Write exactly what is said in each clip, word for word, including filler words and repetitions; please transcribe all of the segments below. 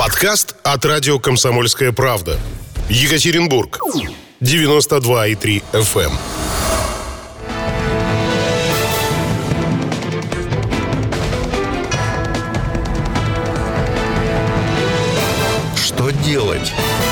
Подкаст от радио «Комсомольская правда». Екатеринбург. девяносто два и три эф эм. Что делать?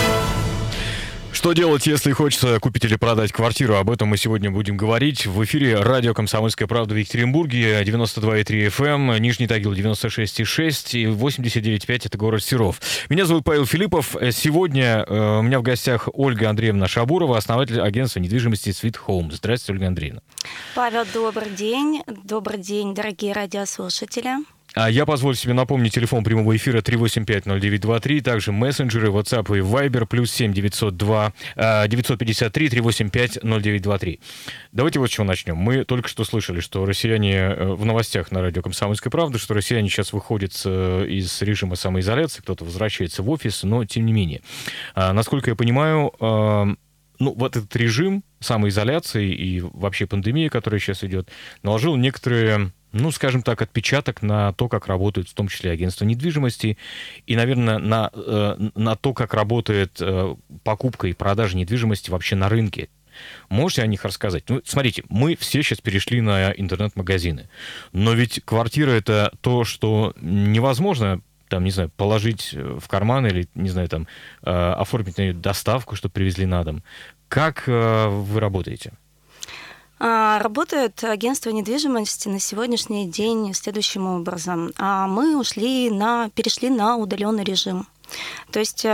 Что делать, если хочется купить или продать квартиру? Об этом мы сегодня будем говорить. В эфире радио «Комсомольская правда» в Екатеринбурге, девяносто два и три эф эм, Нижний Тагил девяносто шесть и шесть и восемьдесят девять и пять — это город Серов. Меня зовут Павел Филиппов. Сегодня э, у меня в гостях Ольга Андреевна Шабурова, основатель агентства недвижимости Sweet Home. Здравствуйте, Ольга Андреевна. Павел, добрый день. Добрый день, дорогие радиослушатели. А я позволю себе напомнить телефон прямого эфира три восемь пять ноль девять два три, также мессенджеры, WhatsApp и Viber, плюс семь девятьсот два девятьсот пятьдесят три триста восемьдесят пять ноль девять два три. Давайте вот с чего начнем. Мы только что слышали, что россияне в новостях на радио «Комсомольская правда», что россияне сейчас выходят из режима самоизоляции, кто-то возвращается в офис, но тем не менее. Насколько я понимаю, ну, вот этот режим самоизоляции и вообще пандемия, которая сейчас идет, наложил некоторые, ну, скажем так, отпечаток на то, как работают в том числе агентства недвижимости, и, наверное, на, на то, как работает покупка и продажа недвижимости вообще на рынке. Можете о них рассказать? Ну, смотрите, мы все сейчас перешли на интернет-магазины, но ведь квартира — это то, что невозможно, там, не знаю, положить в карман или, не знаю, там, оформить на нее доставку, чтобы привезли на дом. Как вы работаете? Работает агентство недвижимости на сегодняшний день следующим образом. Мы ушли на, перешли на удаленный режим. То есть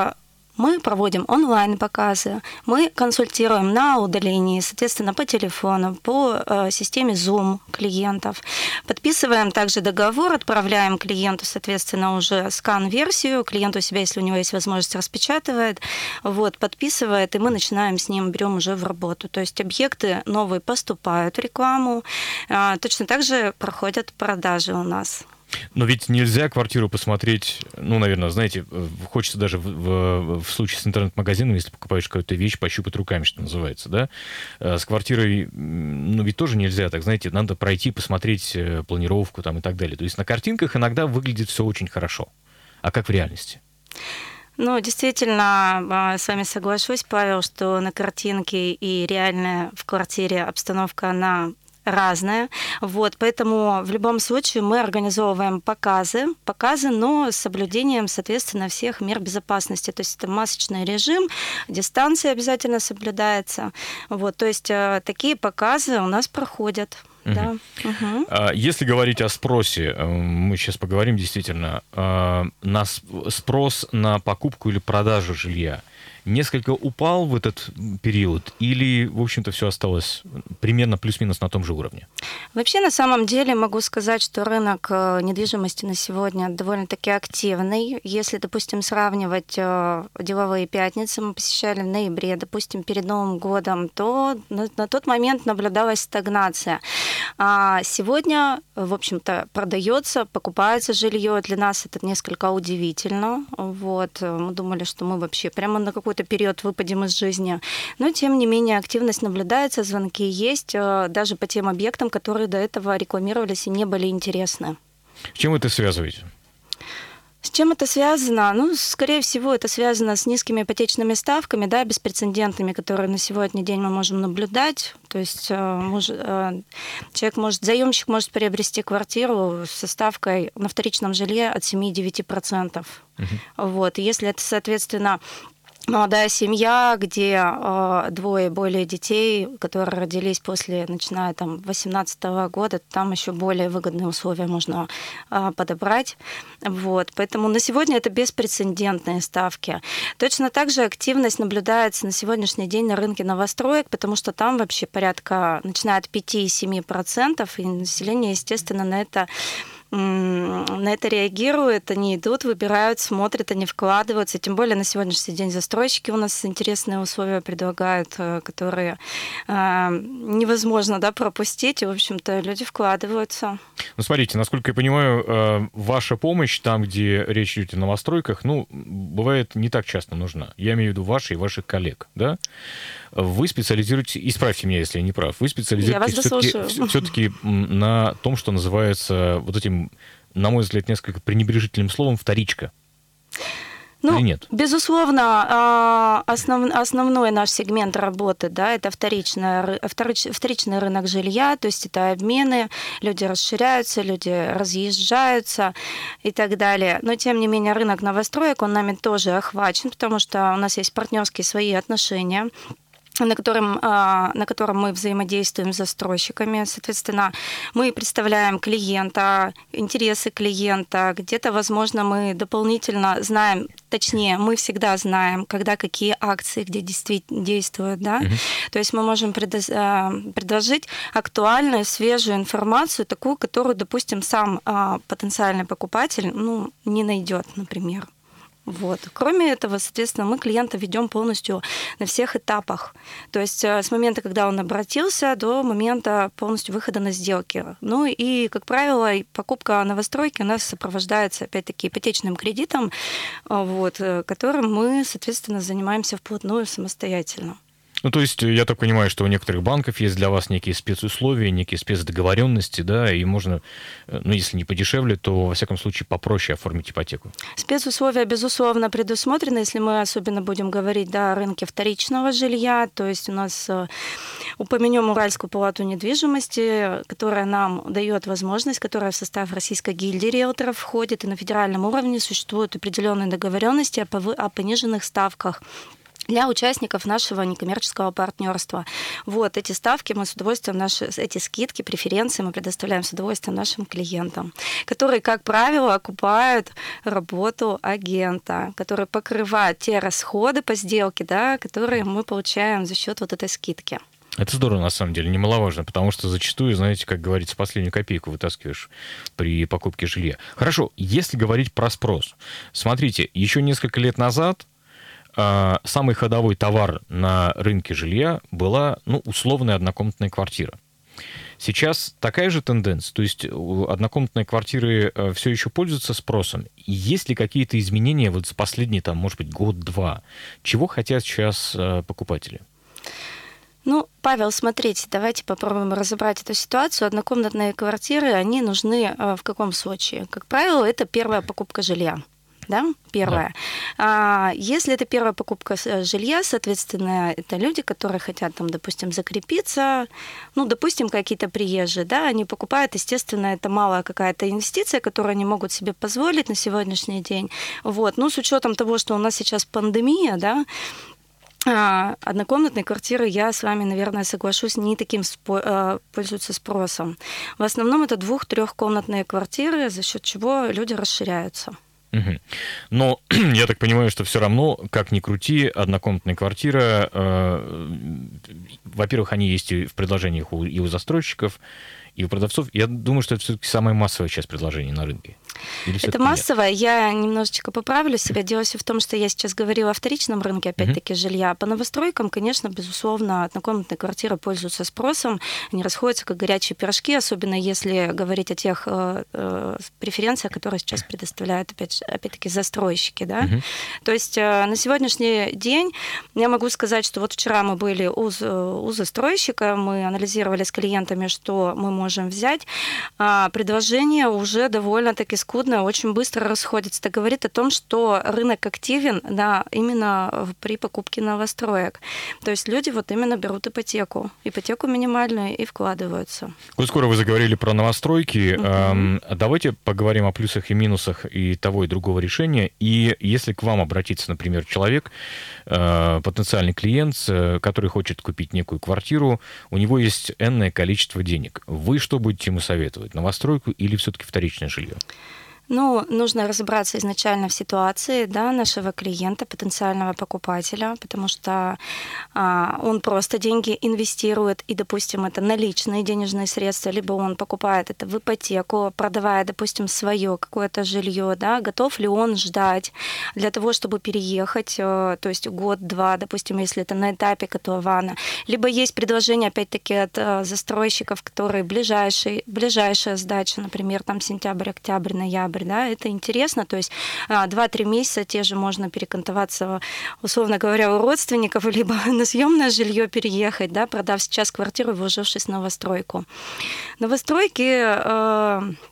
мы проводим онлайн-показы, мы консультируем на удалении, соответственно, по телефону, по системе Zoom клиентов. Подписываем также договор, отправляем клиенту, соответственно, уже скан-версию. Клиент у себя, если у него есть возможность, распечатывает, вот, подписывает, и мы начинаем с ним, берем уже в работу. То есть объекты новые поступают в рекламу, точно так же проходят продажи у нас. Но ведь нельзя квартиру посмотреть, ну, наверное, знаете, хочется даже в, в, в случае с интернет-магазином, если покупаешь какую-то вещь, пощупать руками, что называется, да? С квартирой, ну, ведь тоже нельзя, так, знаете, надо пройти, посмотреть планировку там и так далее. То есть на картинках иногда выглядит все очень хорошо. А как в реальности? Ну, действительно, с вами соглашусь, Павел, что на картинке и реальная в квартире обстановка, она разная. Вот, поэтому в любом случае мы организовываем показы, показы, но с соблюдением, соответственно, всех мер безопасности. То есть это масочный режим, дистанция обязательно соблюдается. Вот, то есть такие показы у нас проходят. Угу. Да. Угу. Если говорить о спросе, мы сейчас поговорим действительно, на спрос на покупку или продажу жилья несколько упал в этот период или, в общем-то, все осталось примерно плюс-минус на том же уровне? Вообще, на самом деле, могу сказать, что рынок недвижимости на сегодня довольно-таки активный. Если, допустим, сравнивать деловые пятницы, мы посещали в ноябре, допустим, перед Новым годом, то на, на тот момент наблюдалась стагнация. А сегодня, в общем-то, продается, покупается жилье. Для нас это несколько удивительно. Вот. Мы думали, что мы вообще прямо на какой-то период выпадем из жизни. Но, тем не менее, активность наблюдается, звонки есть, даже по тем объектам, которые до этого рекламировались и не были интересны. С чем это связываете? С чем это связано? Ну, скорее всего, это связано с низкими ипотечными ставками, да, беспрецедентными, которые на сегодняшний день мы можем наблюдать. То есть может, человек может, заемщик может приобрести квартиру со ставкой на вторичном жилье от семь-девять процентов. Угу. Вот. Если это, соответственно, молодая семья, где э, двое более детей, которые родились после, начиная там восемнадцатого года, там еще более выгодные условия можно э, подобрать. Вот. Поэтому на сегодня это беспрецедентные ставки. Точно так же активность наблюдается на сегодняшний день на рынке новостроек, потому что там вообще порядка, начиная от пять-семь процентов, и население, естественно, на это на это реагируют, они идут, выбирают, смотрят, они вкладываются. Тем более на сегодняшний день застройщики у нас интересные условия предлагают, которые невозможно, да, пропустить. И, в общем-то, люди вкладываются. Ну, смотрите, насколько я понимаю, ваша помощь там, где речь идет о новостройках, ну, бывает не так часто нужна. Я имею в виду ваши и ваших коллег, да? Вы специализируетесь, исправьте меня, если я не прав, вы специализируетесь все-таки, все-таки на том, что называется вот этим, на мой взгляд, несколько пренебрежительным словом «вторичка». Ну, или нет? Безусловно, основ, основной наш сегмент работы, да, это вторичный, вторич, вторичный рынок жилья, то есть это обмены, люди расширяются, люди разъезжаются и так далее. Но, тем не менее, рынок новостроек, он нами тоже охвачен, потому что у нас есть партнерские свои отношения, на котором, на котором мы взаимодействуем с застройщиками. Соответственно, мы представляем клиента, интересы клиента. Где-то, возможно, мы дополнительно знаем, точнее, мы всегда знаем, когда какие акции где действительно действуют. Да? Uh-huh. То есть мы можем предложить актуальную, свежую информацию, такую, которую, допустим, сам потенциальный покупатель ну, не найдет, например. Вот. Кроме этого, соответственно, мы клиента ведем полностью на всех этапах. То есть с момента, когда он обратился, до момента полностью выхода на сделки. Ну и, как правило, покупка новостройки у нас сопровождается, опять-таки, ипотечным кредитом, вот, которым мы, соответственно, занимаемся вплотную самостоятельно. Ну, то есть, я так понимаю, что у некоторых банков есть для вас некие спецусловия, некие спецдоговоренности, да, и можно, ну, если не подешевле, то, во всяком случае, попроще оформить ипотеку. Спецусловия, безусловно, предусмотрены, если мы особенно будем говорить, да, о рынке вторичного жилья, то есть у нас упомянем Уральскую палату недвижимости, которая нам дает возможность, которая в состав Российской гильдии риэлторов входит, и на федеральном уровне существуют определенные договоренности о, пов... о пониженных ставках для участников нашего некоммерческого партнерства. Вот эти ставки мы с удовольствием, наши, эти скидки, преференции мы предоставляем с удовольствием нашим клиентам, которые, как правило, окупают работу агента, которые покрывают те расходы по сделке, да, которые мы получаем за счет вот этой скидки. Это здорово, на самом деле, немаловажно, потому что зачастую, знаете, как говорится, последнюю копейку вытаскиваешь при покупке жилья. Хорошо, если говорить про спрос. Смотрите, еще несколько лет назад самый ходовой товар на рынке жилья была, ну, условная однокомнатная квартира. Сейчас такая же тенденция, то есть однокомнатные квартиры все еще пользуются спросом. Есть ли какие-то изменения вот за последний, там, может быть, год-два? Чего хотят сейчас покупатели? Ну, Павел, смотрите, давайте попробуем разобрать эту ситуацию. Однокомнатные квартиры, они нужны в каком случае? Как правило, это первая покупка жилья. Да, первое. Да. Если это первая покупка жилья, соответственно, это люди, которые хотят, там, допустим, закрепиться, ну, допустим, какие-то приезжие, да, они покупают, естественно, это малая какая-то инвестиция, которую они могут себе позволить на сегодняшний день. Вот. Ну, с учетом того, что у нас сейчас пандемия, да, однокомнатные квартиры, я с вами, наверное, соглашусь, не таким спо- пользуются спросом. В основном это двух-трехкомнатные квартиры, за счет чего люди расширяются. Угу. Но я так понимаю, что все равно, как ни крути, однокомнатная квартира, э, во-первых, они есть и в предложениях у, и у застройщиков, и у продавцов. Я думаю, что это все-таки самая массовая часть предложений на рынке. Это массовое. Нет? Я немножечко поправлю себя. Дело все в том, что я сейчас говорила о вторичном рынке, опять-таки, uh-huh. жилья. По новостройкам, конечно, безусловно, однокомнатные квартиры пользуются спросом. Они расходятся как горячие пирожки, особенно если говорить о тех э, э, преференциях, которые сейчас предоставляют, опять, опять-таки, застройщики. Да? Uh-huh. То есть э, на сегодняшний день я могу сказать, что вот вчера мы были у, у застройщика, мы анализировали с клиентами, что мы можем взять. А предложение уже довольно-таки скудно, очень быстро расходится. Это говорит о том, что рынок активен, да, именно при покупке новостроек. То есть люди вот именно берут ипотеку, ипотеку минимальную и вкладываются. Вот скоро вы заговорили про новостройки. Uh-huh. Давайте поговорим о плюсах и минусах и того, и другого решения. И если к вам обратится, например, человек, потенциальный клиент, который хочет купить некую квартиру, у него есть энное количество денег. Вы что будете ему советовать? Новостройку или все-таки вторичное жилье? Ну, нужно разобраться изначально в ситуации, да, нашего клиента, потенциального покупателя, потому что а, он просто деньги инвестирует, и, допустим, это наличные денежные средства, либо он покупает это в ипотеку, продавая, допустим, свое какое-то жилье, да, готов ли он ждать для того, чтобы переехать, то есть год-два, допустим, если это на этапе котлована. Либо есть предложение, опять-таки, от застройщиков, которые ближайшие, ближайшая сдача, например, там сентябрь, октябрь, ноябрь, да, это интересно, то есть два-три месяца те же можно перекантоваться, условно говоря, у родственников, либо на съемное жилье переехать, да, продав сейчас квартиру, вложившись в новостройку. Новостройки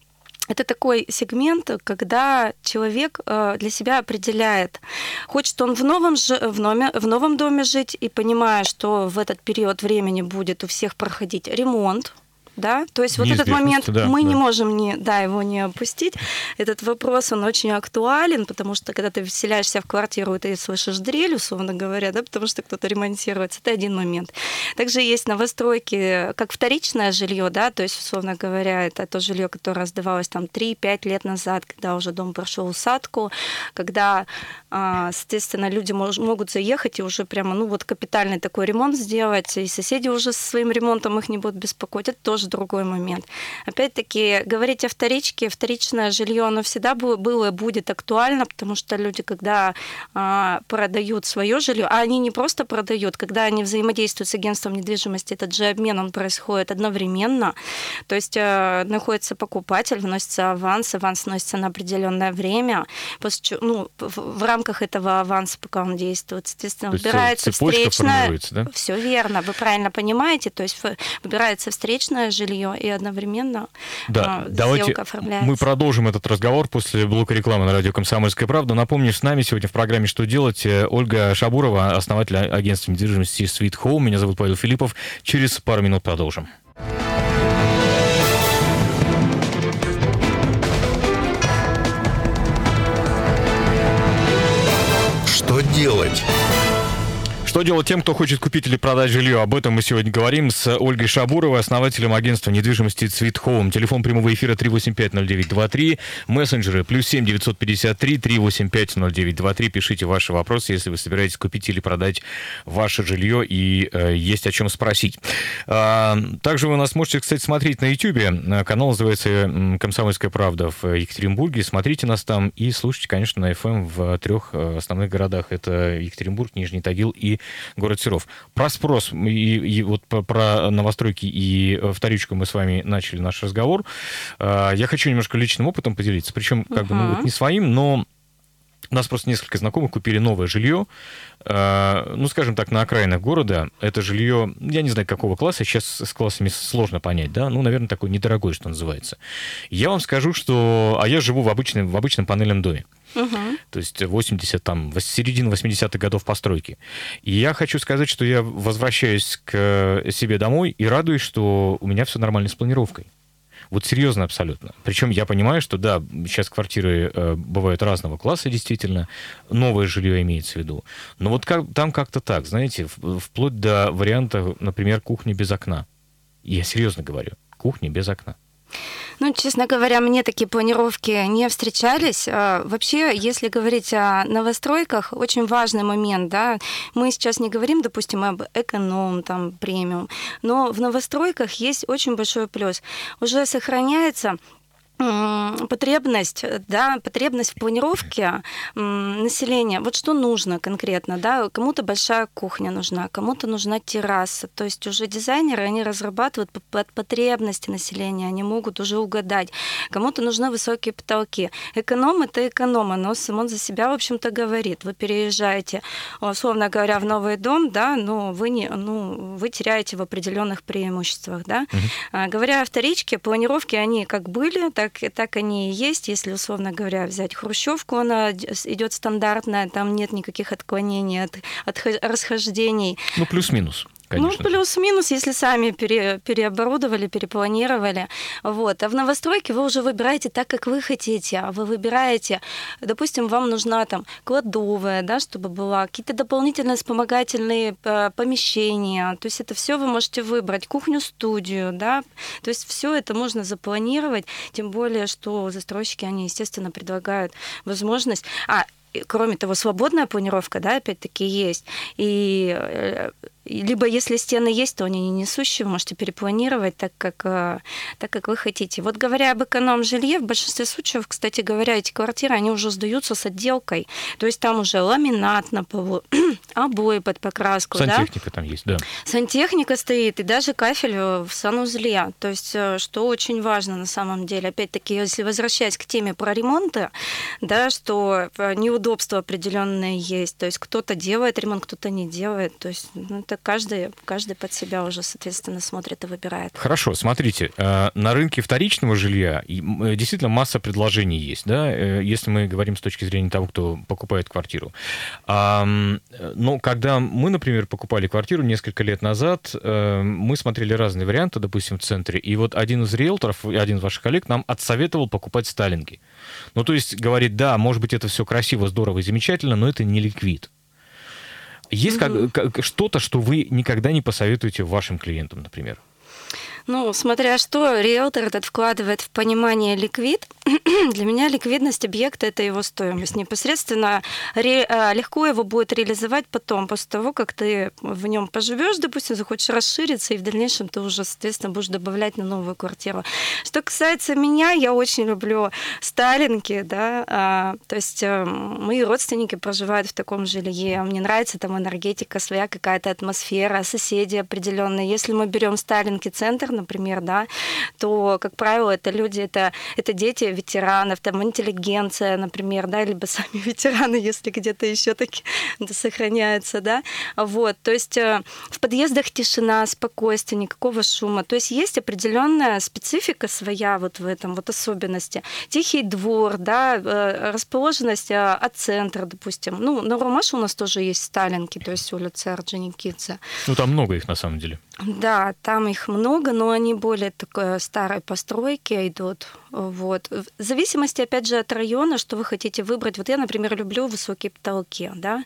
Это такой сегмент, когда человек для себя определяет, хочет он в новом, в, номе, в новом доме жить и понимая, что в этот период времени будет у всех проходить ремонт. Да? То есть вот этот момент да, мы да. не можем не, да, его не опустить. Этот вопрос, он очень актуален, потому что когда ты вселяешься в квартиру, и ты слышишь дрель, условно говоря, да, потому что кто-то ремонтируется, это один момент. Также есть новостройки, как вторичное жилье, да, то есть, условно говоря, это то жилье, которое сдавалось там три-пять лет назад, когда уже дом прошел усадку, когда, соответственно, люди мож, могут заехать и уже прямо, ну вот капитальный такой ремонт сделать, и соседи уже со своим ремонтом их не будут беспокоить. Это тоже другой момент. Опять-таки, говорить о вторичке, вторичное жилье, оно всегда было и будет актуально, потому что люди, когда а, продают свое жилье, а они не просто продают, когда они взаимодействуют с агентством недвижимости, этот же обмен, он происходит одновременно. То есть а, находится покупатель, вносится аванс, аванс вносится на определенное время, после, ну, в, в рамках этого аванса, пока он действует, соответственно, выбирается встречное. Да? Все верно, вы правильно понимаете, то есть выбирается встречное жилье и одновременно да, сделка давайте оформляется. Мы продолжим этот разговор после блока рекламы на радио «Комсомольская правда». Напомню, с нами сегодня в программе «Что делать» Ольга Шабурова, основатель агентства недвижимости Sweet Home. Меня зовут Павел Филиппов. Через пару минут продолжим. Что делать? Что делать тем, кто хочет купить или продать жилье? Об этом мы сегодня говорим с Ольгой Шабуровой, основателем агентства недвижимости Sweet Home. Телефон прямого эфира три восемь пять ноль девять два три. Мессенджеры плюс семь девятьсот пятьдесят три три восемь пять ноль девять два три. Пишите ваши вопросы, если вы собираетесь купить или продать ваше жилье и э, есть о чем спросить. А, также вы нас можете, кстати, смотреть на YouTube. Канал называется «Комсомольская правда» в Екатеринбурге. Смотрите нас там и слушайте, конечно, на эф эм в трех основных городах. Это Екатеринбург, Нижний Тагил и город Серов. Про спрос и, и вот про, про новостройки и вторичку мы с вами начали наш разговор. Я хочу немножко личным опытом поделиться, причем как uh-huh. бы ну, вот не своим, но у нас просто несколько знакомых купили новое жилье, ну, скажем так, на окраинах города. Это жилье, я не знаю, какого класса, сейчас с классами сложно понять, да, ну, наверное, такое недорогое, что называется. Я вам скажу, что... А я живу в обычном, в обычном панельном доме. Uh-huh. То есть восемьдесят, там, середина восьмидесятых годов постройки. И я хочу сказать, что я возвращаюсь к себе домой и радуюсь, что у меня все нормально с планировкой. Вот серьезно абсолютно. Причем я понимаю, что да, сейчас квартиры э, бывают разного класса, действительно. Новое жилье имеется в виду. Но вот как, там как-то так, знаете, вплоть до варианта, например, кухни без окна. Я серьезно говорю, кухня без окна. Ну, честно говоря, мне такие планировки не встречались. Вообще, если говорить о новостройках, очень важный момент, да, мы сейчас не говорим, допустим, об эконом, там, премиум, но в новостройках есть очень большой плюс. Уже сохраняется потребность, да, потребность в планировке населения. Вот что нужно конкретно, да, кому-то большая кухня нужна, кому-то нужна терраса. То есть уже дизайнеры, они разрабатывают под потребности населения, они могут уже угадать. Кому-то нужны высокие потолки. Эконом — это эконом, оно само за себя, в общем-то, говорит. Вы переезжаете, условно говоря, в новый дом, да, но вы, не, ну, вы теряете в определенных преимуществах, да. Uh-huh. Говоря о вторичке, планировки, они как были, так Так они и есть. Если, условно говоря, взять хрущевку, она идет стандартная, там нет никаких отклонений от, от расхождений. Ну, плюс-минус. Конечно. Ну, плюс-минус, если сами пере, переоборудовали, перепланировали. Вот. А в новостройке вы уже выбираете так, как вы хотите. А вы выбираете, допустим, вам нужна там кладовая, да, чтобы была, какие-то дополнительные вспомогательные помещения. То есть это все вы можете выбрать. Кухню-студию, да. То есть все это можно запланировать. Тем более, что застройщики, они, естественно, предлагают возможность... А, кроме того, свободная планировка, да, опять-таки есть. И либо если стены есть, то они не несущие, вы можете перепланировать так, как, так, как вы хотите. Вот говоря об эконом-жилье, в большинстве случаев, кстати говоря, эти квартиры, они уже сдаются с отделкой. То есть там уже ламинат на полу, обои под покраску. Сантехника да? там есть, да. Сантехника стоит, и даже кафель в санузле. То есть что очень важно на самом деле. Опять-таки, если возвращаясь к теме про ремонты, да, что неудобства определенные есть. То есть кто-то делает ремонт, кто-то не делает. То есть ну, это каждый, каждый под себя уже, соответственно, смотрит и выбирает. Хорошо, смотрите, на рынке вторичного жилья действительно масса предложений есть, да, если мы говорим с точки зрения того, кто покупает квартиру. Но когда мы, например, покупали квартиру несколько лет назад, мы смотрели разные варианты, допустим, в центре, и вот один из риэлторов, один из ваших коллег нам отсоветовал покупать сталинги. Ну, то есть говорит, да, может быть, это все красиво, здорово и замечательно, но это не ликвид. Есть mm-hmm. как, как, что-то, что вы никогда не посоветуете вашим клиентам, например? Ну, смотря что, риэлтор этот вкладывает в понимание ликвид. Для меня ликвидность объекта – это его стоимость. Непосредственно ре, легко его будет реализовать потом, после того, как ты в нем поживешь, допустим, захочешь расшириться, и в дальнейшем ты уже, соответственно, будешь добавлять на новую квартиру. Что касается меня, я очень люблю сталинки, да, а, то есть а, мои родственники проживают в таком жилье, мне нравится там энергетика, своя какая-то атмосфера, соседи определенные. Если мы берем сталинки центр, например, да, то, как правило, это люди, это, это дети ветеранов, там интеллигенция, например, да, либо сами ветераны, если где-то еще таки да, сохраняются, да, вот, то есть в подъездах тишина, спокойствие, никакого шума, то есть есть определенная специфика своя вот в этом, вот особенности. Тихий двор, да, расположенность от центра, допустим, ну, на Ромаше у нас тоже есть сталинки, то есть улица Орджоникидзе. Ну, там много их на самом деле. Да, там их много, но они более такой старой постройки идут. Вот. В зависимости, опять же, от района, что вы хотите выбрать. Вот я, например, люблю высокие потолки, да.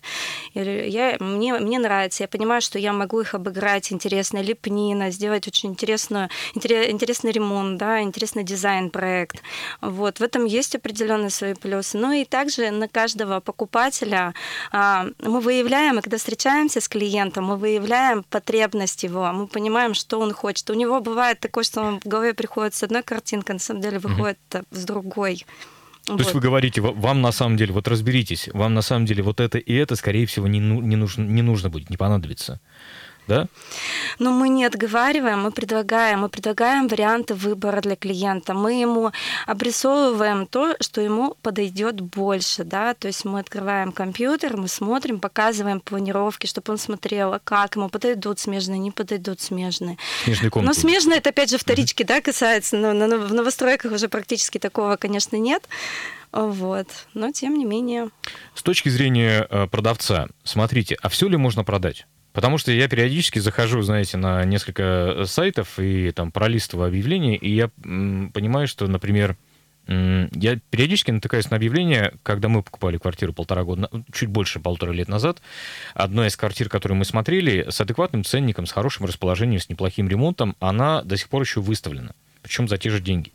Я, мне, мне нравится, я понимаю, что я могу их обыграть, интересная лепнина, сделать очень интересную, интересный ремонт, да, интересный дизайн-проект. Вот. В этом есть определенные свои плюсы. Ну и также на каждого покупателя а, мы выявляем, и когда встречаемся с клиентом, мы выявляем потребность его, мы понимаем, что он хочет. У него бывает такое, что в голове приходит с одной картинкой, на самом деле выходит mm-hmm. с другой. То вот. есть вы говорите, вам на самом деле, вот разберитесь, вам на самом деле вот это и это, скорее всего, не, не, нужно, не нужно будет, не понадобится. Да? Но мы не отговариваем, мы предлагаем, мы предлагаем варианты выбора для клиента. Мы ему обрисовываем то, что ему подойдет больше, да, то есть мы открываем компьютер, мы смотрим, показываем планировки, чтобы он смотрел, как ему подойдут смежные, не подойдут смежные. Смежные комнаты. Но смежные, это опять же вторички, mm-hmm. да, касается, но в новостройках уже практически такого, конечно, нет. Вот. Но тем не менее. С точки зрения продавца, смотрите, а все ли можно продать? Потому что я периодически захожу, знаете, на несколько сайтов и там пролистываю объявления, и я м, понимаю, что, например, м, я периодически натыкаюсь на объявление, когда мы покупали квартиру полтора года, чуть больше полтора лет назад, одна из квартир, которую мы смотрели, с адекватным ценником, с хорошим расположением, с неплохим ремонтом, она до сих пор еще выставлена, причем за те же деньги.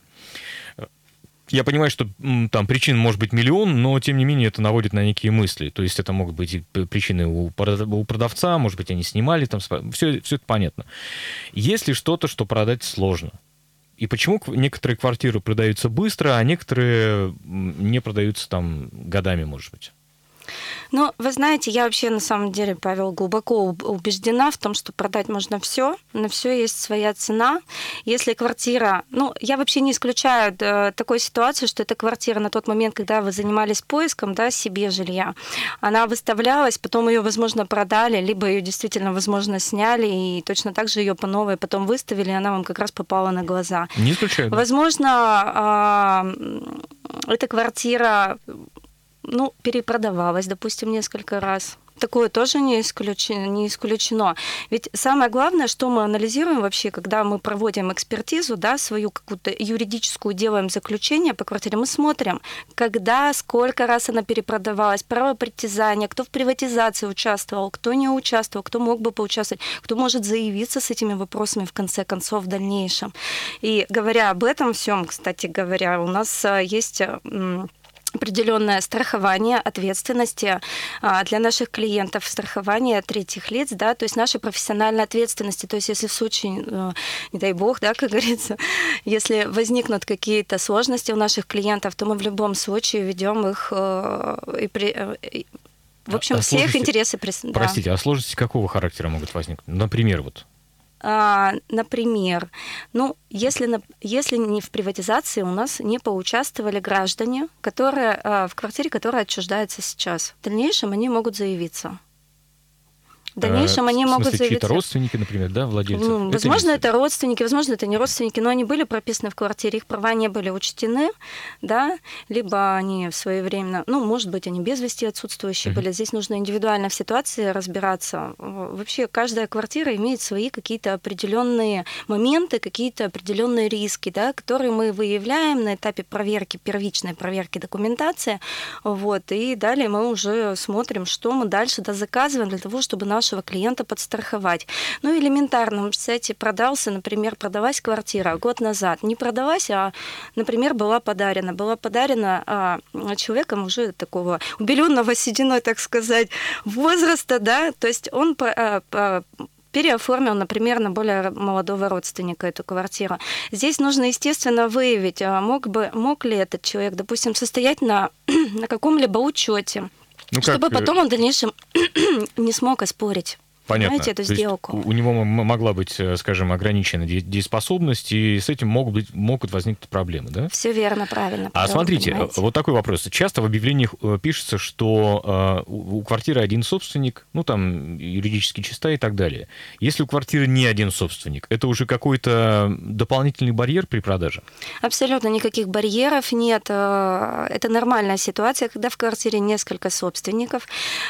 Я понимаю, что там причин может быть миллион, но, тем не менее, это наводит на некие мысли. То есть это могут быть и причины у продавца, может быть, они снимали, там, все, все это понятно. Есть ли что-то, что продать сложно? И почему некоторые квартиры продаются быстро, а некоторые не продаются там годами, может быть? Ну, вы знаете, я вообще на самом деле, Павел, глубоко убеждена в том, что продать можно все, на все есть своя цена. Если квартира, ну, я вообще не исключаю такой ситуации, что эта квартира на тот момент, когда вы занимались поиском, да, себе жилья, она выставлялась, потом ее, возможно, продали, либо ее действительно, возможно, сняли и точно так же ее по новой потом выставили, и она вам как раз попала на глаза. Не исключаю. Возможно, эта квартира, ну, перепродавалась, допустим, несколько раз. Такое тоже не исключено, не исключено. Ведь самое главное, что мы анализируем вообще, когда мы проводим экспертизу, да, свою какую-то юридическую, делаем заключение по квартире, мы смотрим, когда, сколько раз она перепродавалась, право притязания, кто в приватизации участвовал, кто не участвовал, кто мог бы поучаствовать, кто может заявиться с этими вопросами в конце концов в дальнейшем. И говоря об этом всем, кстати говоря, у нас есть определенное страхование ответственности для наших клиентов, страхование третьих лиц, да, то есть нашей профессиональной ответственности. То есть если в случае, не дай бог, да, как говорится, если возникнут какие-то сложности у наших клиентов, то мы в любом случае ведем их и при... В общем, а все их интересы... Простите, да. А сложности какого характера могут возникнуть? Например, вот. Например, ну, если, если не в приватизации у нас не поучаствовали граждане, которые, в квартире, которая отчуждается сейчас, в дальнейшем они могут заявиться. В В дальнейшем э, они в могут смысле, заявить... чьи-то родственники, например, да, владельцы? Ну, Это возможно, имеется? это родственники, возможно, это не родственники, но они были прописаны в квартире, их права не были учтены, да, либо они своевременно, ну, может быть, они без вести отсутствующие mm-hmm. были. Здесь нужно индивидуально в ситуации разбираться. Вообще, каждая квартира имеет свои какие-то определенные моменты, какие-то определенные риски, да, которые мы выявляем на этапе проверки, первичной проверки документации, вот, и далее мы уже смотрим, что мы дальше дозаказываем для того, чтобы нашего клиента подстраховать. Ну, элементарно, кстати, продался, например, продалась квартира год назад. Не продалась, а, например, была подарена. Была подарена а, человеком уже такого убеленного сединой, так сказать, возраста, да, то есть он а, а, переоформил, например, на более молодого родственника эту квартиру. Здесь нужно, естественно, выявить, мог, бы, мог ли этот человек, допустим, состоять на, на каком-либо учете, ну, чтобы как... потом он в дальнейшем не смог оспорить. Понятно. Понимаете, эту сделку. У него могла быть, скажем, ограничена дееспособность, и с этим могут, быть, могут возникнуть проблемы, да? Все верно, правильно. А смотрите, понимаете. Вот такой вопрос. Часто в объявлениях пишется, что у квартиры один собственник, ну, там, юридически чиста и так далее. Если у квартиры не один собственник, это уже какой-то дополнительный барьер при продаже? Абсолютно никаких барьеров нет. Это нормальная ситуация, когда в квартире несколько собственников.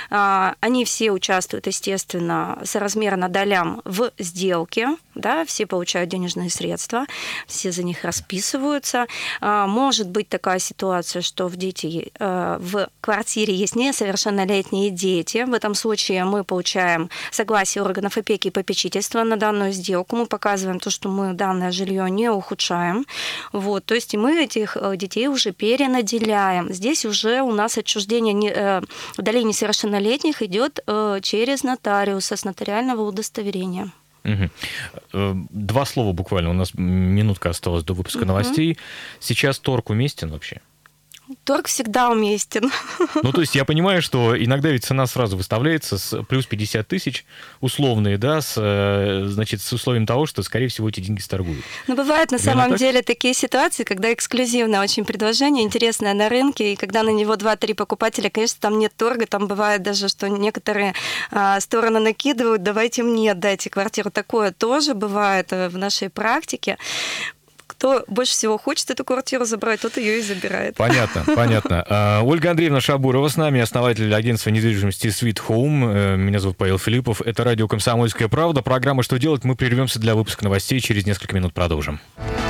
Они все участвуют, естественно, соразмерно долям в сделке, да, все получают денежные средства, все за них расписываются. Может быть такая ситуация, что в, дети, в квартире есть несовершеннолетние дети. В этом случае мы получаем согласие органов опеки и попечительства на данную сделку. Мы показываем то, что мы данное жилье не ухудшаем. Вот, то есть мы этих детей уже перенаделяем. Здесь уже у нас отчуждение вдали несовершеннолетних идет через нотариуса с нотариального удостоверения. Угу. Два слова буквально. У нас минутка осталась до выпуска угу. новостей. Сейчас торг уместен вообще? Торг всегда уместен. Ну, то есть я понимаю, что иногда ведь цена сразу выставляется с плюс пятьдесят тысяч, условные, да, с, значит, с условием того, что, скорее всего, эти деньги сторгуют. Ну, бывают на Именно самом так? деле такие ситуации, когда эксклюзивное очень предложение, интересное на рынке, и когда на него два-три покупателя, конечно, там нет торга, там бывает даже, что некоторые а, стороны накидывают, давайте мне отдайте квартиру. Такое тоже бывает в нашей практике. Кто больше всего хочет эту квартиру забрать, тот ее и забирает. Понятно, понятно. Ольга Андреевна Шабурова с нами, основатель агентства недвижимости Sweet Home. Меня зовут Павел Филиппов. Это радио «Комсомольская правда». Программа «Что делать?» Мы прервемся для выпуска новостей. Через несколько минут продолжим.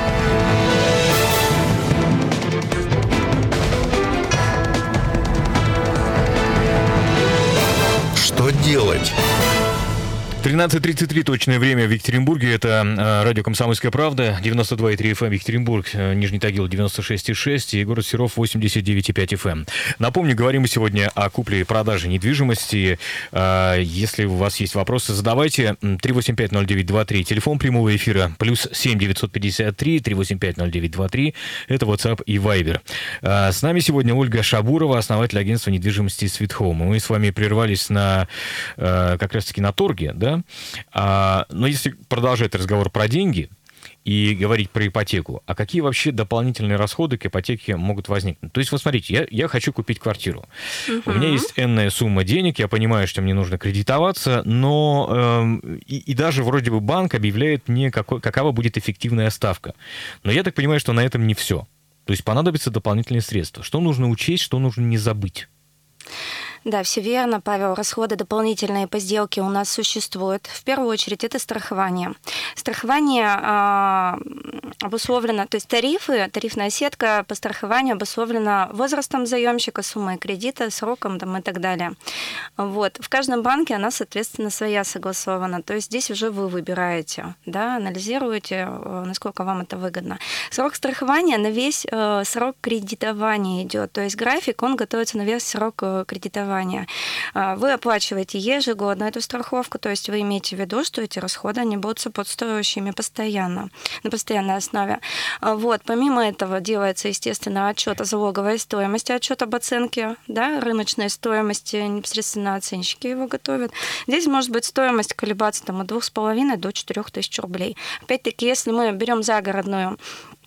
Что делать? тринадцать тридцать три точное время в Екатеринбурге. Это радио «Комсомольская правда», девяносто два и три эф эм Екатеринбург, Нижний Тагил девяносто шесть и шесть и город Серов восемьдесят девять и пять эф эм. Напомню, говорим мы сегодня о купле и продаже недвижимости. Если у вас есть вопросы, задавайте. три восемь пять ноль девять два три, телефон прямого эфира, плюс семь девятьсот пятьдесят три три восемь пять ноль девять два три, это WhatsApp и Viber. С нами сегодня Ольга Шабурова, основатель агентства недвижимости Sweet Home. Мы с вами прервались на, как раз-таки на торге, да? А, но если продолжать разговор про деньги и говорить про ипотеку, а какие вообще дополнительные расходы к ипотеке могут возникнуть? То есть, вот смотрите, я, я хочу купить квартиру. Uh-huh. У меня есть энная сумма денег, я понимаю, что мне нужно кредитоваться, но э, и, и даже вроде бы банк объявляет мне, какой, какова будет эффективная ставка. Но я так понимаю, что на этом не все. То есть понадобятся дополнительные средства. Что нужно учесть, что нужно не забыть? Да, все верно, Павел. Расходы дополнительные по сделке у нас существуют. В первую очередь это страхование. Страхование э, обусловлено, то есть тарифы, тарифная сетка по страхованию обусловлена возрастом заемщика, суммой кредита, сроком там, и так далее. Вот. В каждом банке она, соответственно, своя согласована. То есть здесь уже вы выбираете, да, анализируете, насколько вам это выгодно. Срок страхования на весь э, срок кредитования идет. То есть график, он готовится на весь срок кредитования. Вы оплачиваете ежегодно эту страховку, то есть вы имеете в виду, что эти расходы они будут сопутствующими постоянно, на постоянной основе. Вот. Помимо этого делается, естественно, отчет о залоговой стоимости, отчет об оценке, да, рыночной стоимости, непосредственно оценщики его готовят. Здесь может быть стоимость колебаться там, от двух с половиной до четырех тысяч рублей. Опять-таки, если мы берем загородную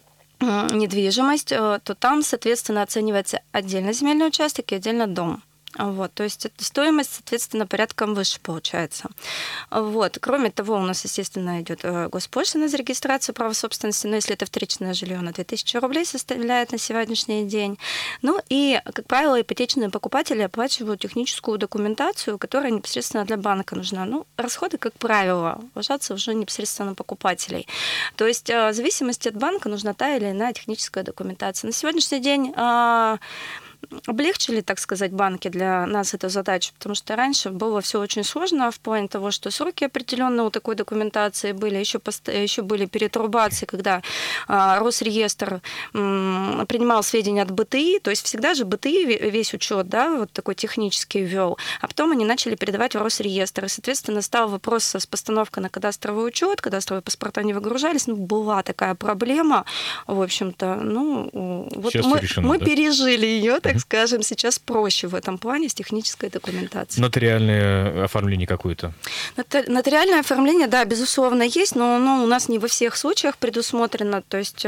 недвижимость, то там, соответственно, оценивается отдельно земельный участок и отдельно дом. Вот, то есть эта стоимость, соответственно, порядком выше получается. Вот. Кроме того, у нас, естественно, идет госпошлина за регистрацию права собственности, но если это вторичное жилье, она две тысячи рублей составляет на сегодняшний день. Ну и, как правило, ипотечные покупатели оплачивают техническую документацию, которая непосредственно для банка нужна. Ну, расходы, как правило, ложатся уже непосредственно на покупателей. То есть в зависимости от банка нужна та или иная техническая документация. На сегодняшний день облегчили, так сказать, банки для нас эту задачу, потому что раньше было все очень сложно в плане того, что сроки определенные у такой документации были, еще, пост... еще были перетрубации, когда а, Росреестр м, принимал сведения от БТИ, то есть всегда же БТИ весь учет, да, вот такой технический вел, а потом они начали передавать в Росреестр, и, соответственно, стал вопрос с постановкой на кадастровый учет, кадастровые паспорта не выгружались, ну, была такая проблема, в общем-то, ну, вот сейчас мы, решено, мы да? пережили ее, так скажем, сейчас проще в этом плане с технической документацией. Нотариальное оформление какое-то? Нотариальное оформление, да, безусловно, есть, но оно у нас не во всех случаях предусмотрено. То есть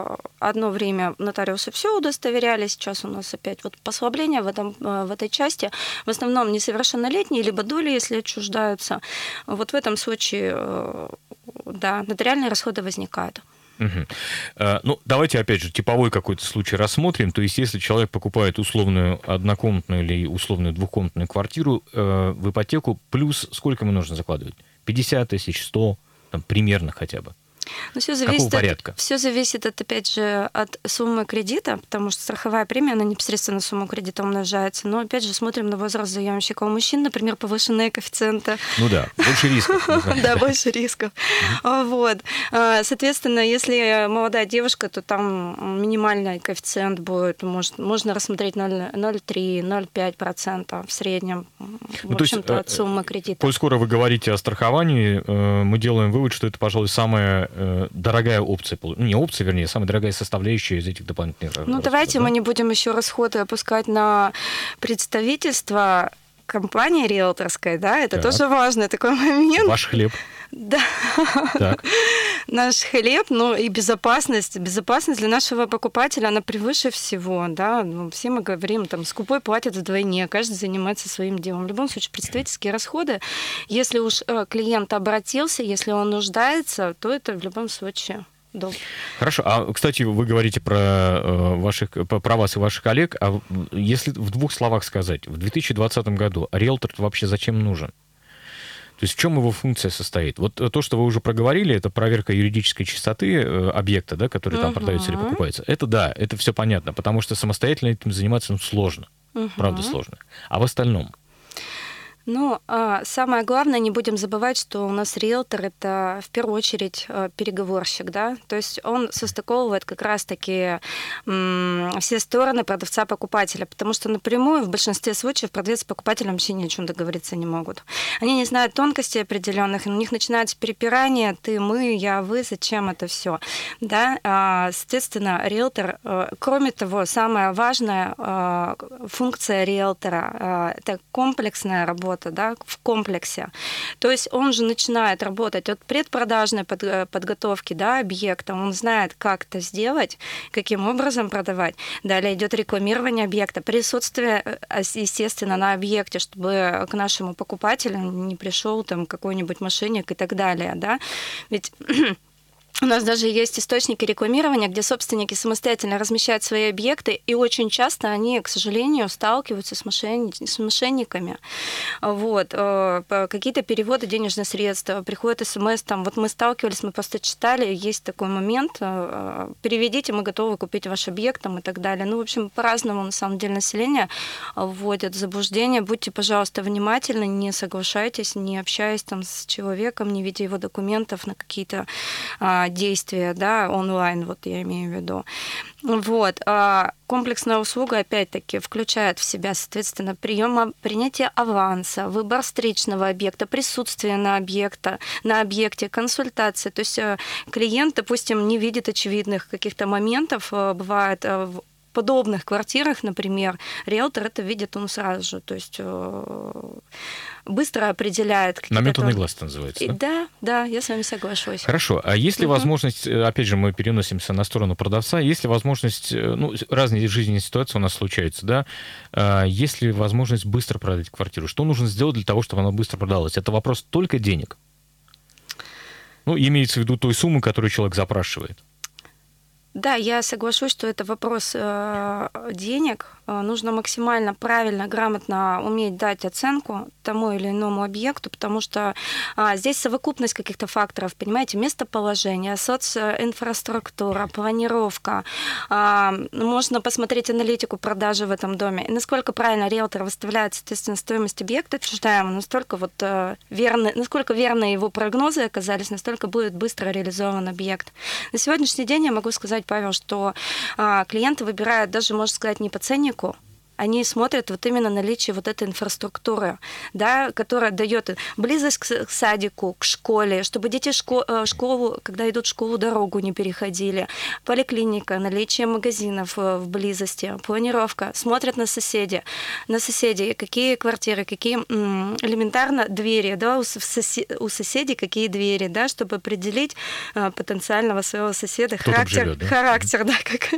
одно время нотариусы все удостоверяли, сейчас у нас опять вот послабление в, этом, в этой части. В основном несовершеннолетние, либо доли, если отчуждаются. Вот в этом случае, да, нотариальные расходы возникают. Угу. Ну, давайте, опять же, типовой какой-то случай рассмотрим. То есть, если человек покупает условную однокомнатную или условную двухкомнатную квартиру э, в ипотеку, плюс сколько ему нужно закладывать? пятьдесят тысяч, сто, там, примерно хотя бы? Но все зависит, Какого порядка? От, все зависит, от, опять же, от суммы кредита, потому что страховая премия, она непосредственно на сумму кредита умножается. Но, опять же, смотрим на возраст заемщика. У мужчин, например, повышенные коэффициенты. Ну да, больше рисков. Да, больше рисков. Вот. Соответственно, если молодая девушка, то там минимальный коэффициент будет, может, можно рассмотреть ноль целых три - ноль целых пять десятых процента в среднем, в общем-то, от суммы кредита. Коль скоро вы говорите о страховании, мы делаем вывод, что это, пожалуй, самая дорогая опция, не опция, вернее, самая дорогая составляющая из этих дополнительных расходов. Ну, давайте да? мы не будем еще расходы опускать на представительство компании риэлторской, да, это так. тоже важный такой момент. Ваш хлеб. Да. Так. Наш хлеб, ну и безопасность. Безопасность для нашего покупателя, она превыше всего, да. Ну, все мы говорим, там, скупой платит вдвойне, каждый занимается своим делом. В любом случае, представительские расходы, если уж клиент обратился, если он нуждается, то это в любом случае... Долг. Хорошо. А, кстати, вы говорите про, ваших, про вас и ваших коллег. А если в двух словах сказать, в две тысячи двадцатом году риэлтор вообще зачем нужен? То есть в чем его функция состоит? Вот то, что вы уже проговорили, это проверка юридической чистоты объекта, да, который там uh-huh. продается или покупается. Это да, это все понятно, потому что самостоятельно этим заниматься ну, сложно. Uh-huh. Правда, сложно. А в остальном? Ну, самое главное, не будем забывать, что у нас риэлтор – это в первую очередь переговорщик, да, то есть он состыковывает как раз-таки все стороны продавца-покупателя, потому что напрямую в большинстве случаев продавец с покупателем вообще ни о чем договориться не могут. Они не знают тонкостей определенных, у них начинается перепирание: ты, мы, я, вы, зачем это все, да. Соответственно, риэлтор, кроме того, самая важная функция риэлтора – это комплексная работа, да, в комплексе. То есть он же начинает работать от предпродажной подготовки, да, объекта, он знает, как это сделать, каким образом продавать. Далее идет рекламирование объекта, присутствие, естественно, на объекте, чтобы к нашему покупателю не пришел там какой-нибудь мошенник и так далее, да. Ведь у нас даже есть источники рекламирования, где собственники самостоятельно размещают свои объекты, и очень часто они, к сожалению, сталкиваются с, мошенни... с мошенниками. Вот. Какие-то переводы денежных средств, приходят смс, там, вот мы сталкивались, мы просто читали, есть такой момент, переведите, мы готовы купить ваш объект, там, и так далее. Ну, в общем, по-разному, на самом деле, население вводят в заблуждение. Будьте, пожалуйста, внимательны, не соглашайтесь, не общаясь там с человеком, не видя его документов на какие-то действия, да, онлайн, вот я имею в виду. Вот. Комплексная услуга, опять-таки, включает в себя, соответственно, прием, принятие аванса, выбор встречного объекта, присутствие на, объекта, на объекте, консультация. То есть клиент, допустим, не видит очевидных каких-то моментов, бывает, подобных квартирах, например, риэлтор это видит он сразу же, то есть быстро определяет какие-то... Наметанный глаз это называется, да? Да, да, я с вами соглашусь. Хорошо, а есть ли угу. возможность, опять же, мы переносимся на сторону продавца, есть ли возможность, ну, разные жизненные ситуации у нас случаются, да, есть ли возможность быстро продать квартиру? Что нужно сделать для того, чтобы она быстро продалась? Это вопрос только денег? Ну, имеется в виду той суммы, которую человек запрашивает. Да, я соглашусь, что это вопрос э, денег. Нужно максимально правильно, грамотно уметь дать оценку тому или иному объекту, потому что а, здесь совокупность каких-то факторов, понимаете, местоположение, социнфраструктура, планировка. А, можно посмотреть аналитику продажи в этом доме. И насколько правильно риэлтор выставляет, соответственно, стоимость объекта отчуждаемого, настолько вот э, верны, насколько верны его прогнозы оказались, настолько будет быстро реализован объект. На сегодняшний день я могу сказать, Павел, что а, клиенты выбирают даже, можно сказать, не по ценнику, они смотрят вот именно наличие вот этой инфраструктуры, да, которая дает близость к садику, к школе, чтобы дети шко- школу, когда идут в школу, дорогу не переходили, поликлиника, наличие магазинов в близости, планировка, смотрят на соседей, на соседей, какие квартиры, какие элементарно двери, да, у, сосед- у соседей какие двери, да, чтобы определить потенциального своего соседа, кто характер, живет, да? характер, да, как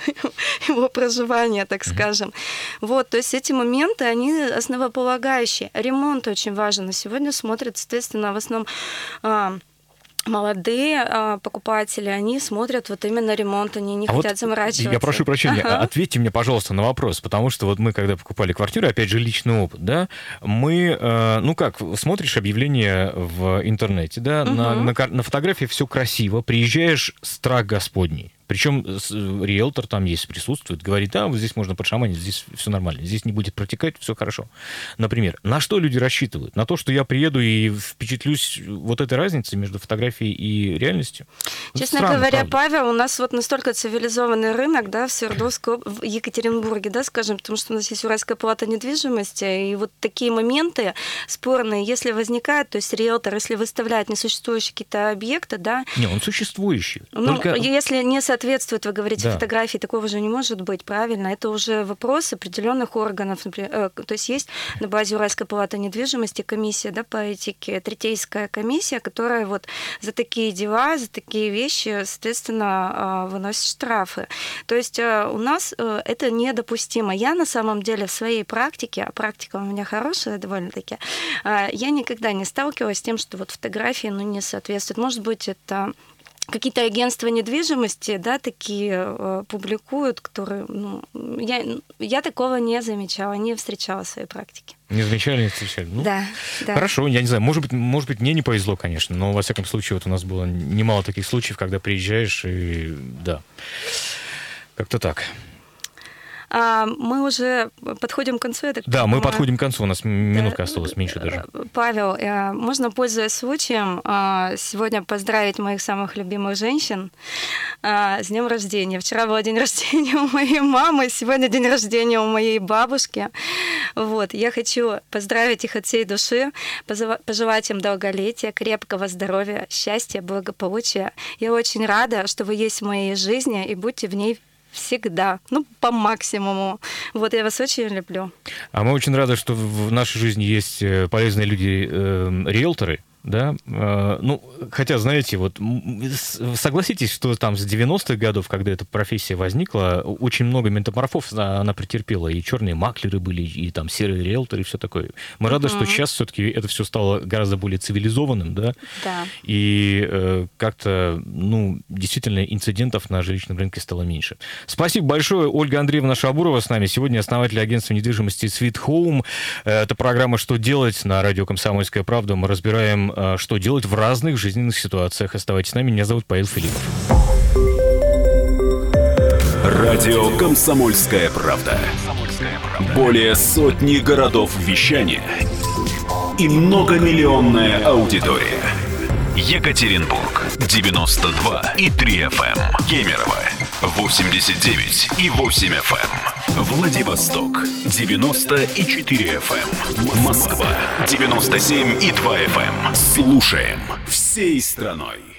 его проживание, так скажем. Вот, то есть эти моменты, они основополагающие. Ремонт очень важен. На сегодня смотрят, соответственно, в основном а, молодые а, покупатели, они смотрят вот именно ремонт, они не а хотят вот заморачиваться. Я прошу прощения, ага. ответьте мне, пожалуйста, на вопрос, потому что вот мы, когда покупали квартиру, опять же, личный опыт, да, мы, э, ну как, смотришь объявление в интернете, да, угу. на, на, на фотографии все красиво, приезжаешь, страх Господний. Причем риэлтор там есть, присутствует, говорит, да, вот здесь можно подшаманить, здесь все нормально, здесь не будет протекать, все хорошо. Например, на что люди рассчитывают? На то, что я приеду и впечатлюсь вот этой разницей между фотографией и реальностью? Честно Странно, говоря, правда. Павел, у нас вот настолько цивилизованный рынок, да, в Свердловской, в Екатеринбурге, да, скажем, потому что у нас есть Уральская палата недвижимости, и вот такие моменты спорные, если возникают, то есть риэлтор, если выставляет несуществующие какие-то объекты, да. Не, он существующий. Ну, Только... если не соответствует, вы говорите, да. фотографии, такого же не может быть, правильно? Это уже вопрос определенных органов. Например, э, то есть есть на базе Уральской палаты недвижимости комиссия, да, по этике, третейская комиссия, которая вот за такие дела, за такие вещи, соответственно, э, выносит штрафы. То есть э, у нас э, это недопустимо. Я на самом деле в своей практике, а практика у меня хорошая довольно-таки, э, я никогда не сталкивалась с тем, что вот фотографии, ну, не соответствуют. Может быть, это какие-то агентства недвижимости, да, такие э, публикуют, которые, ну, я, я такого не замечала, не встречала в своей практике. Не замечали, не встречали? Ну, да, да. Хорошо, я не знаю, может быть, может быть, мне не повезло, конечно, но, во всяком случае, вот у нас было немало таких случаев, когда приезжаешь, и да, как-то так. А, мы уже подходим к концу, я так Да, понимаю. мы подходим к концу, у нас минутка да. осталась, меньше даже. Павел, можно, пользуясь случаем, сегодня поздравить моих самых любимых женщин с днем рождения. Вчера был день рождения у моей мамы, сегодня день рождения у моей бабушки. Вот, я хочу поздравить их от всей души, пожелать им долголетия, крепкого здоровья, счастья, благополучия. Я очень рада, что вы есть в моей жизни и будьте в ней всегда, ну, по максимуму. Вот, я вас очень люблю. А мы очень рады, что в нашей жизни есть полезные люди, э, риэлторы, да, ну, хотя, знаете, вот согласитесь, что там с девяностых годов, когда эта профессия возникла, очень много метаморфоз она претерпела, и черные маклеры были, и там серые риэлторы, и все такое. Мы uh-huh. рады, что сейчас все-таки это все стало гораздо более цивилизованным, да, да. и э, как-то, ну, действительно, инцидентов на жилищном рынке стало меньше. Спасибо большое. Ольга Андреевна Шабурова с нами сегодня, основатель агентства недвижимости Sweet Home. Это программа «Что делать» на радио «Комсомольская правда». Мы разбираем, что делать в разных жизненных ситуациях. Оставайтесь с нами. Меня зовут Павел Филиппов. Радио «Комсомольская правда». Более сотни городов вещания и многомиллионная аудитория. Екатеринбург девяносто два и три эф эм, Кемерово восемьдесят девять и восемь эф эм, Владивосток девяносто и четыре эф эм, Москва девяносто семь и два эф эм. Слушаем всей страной.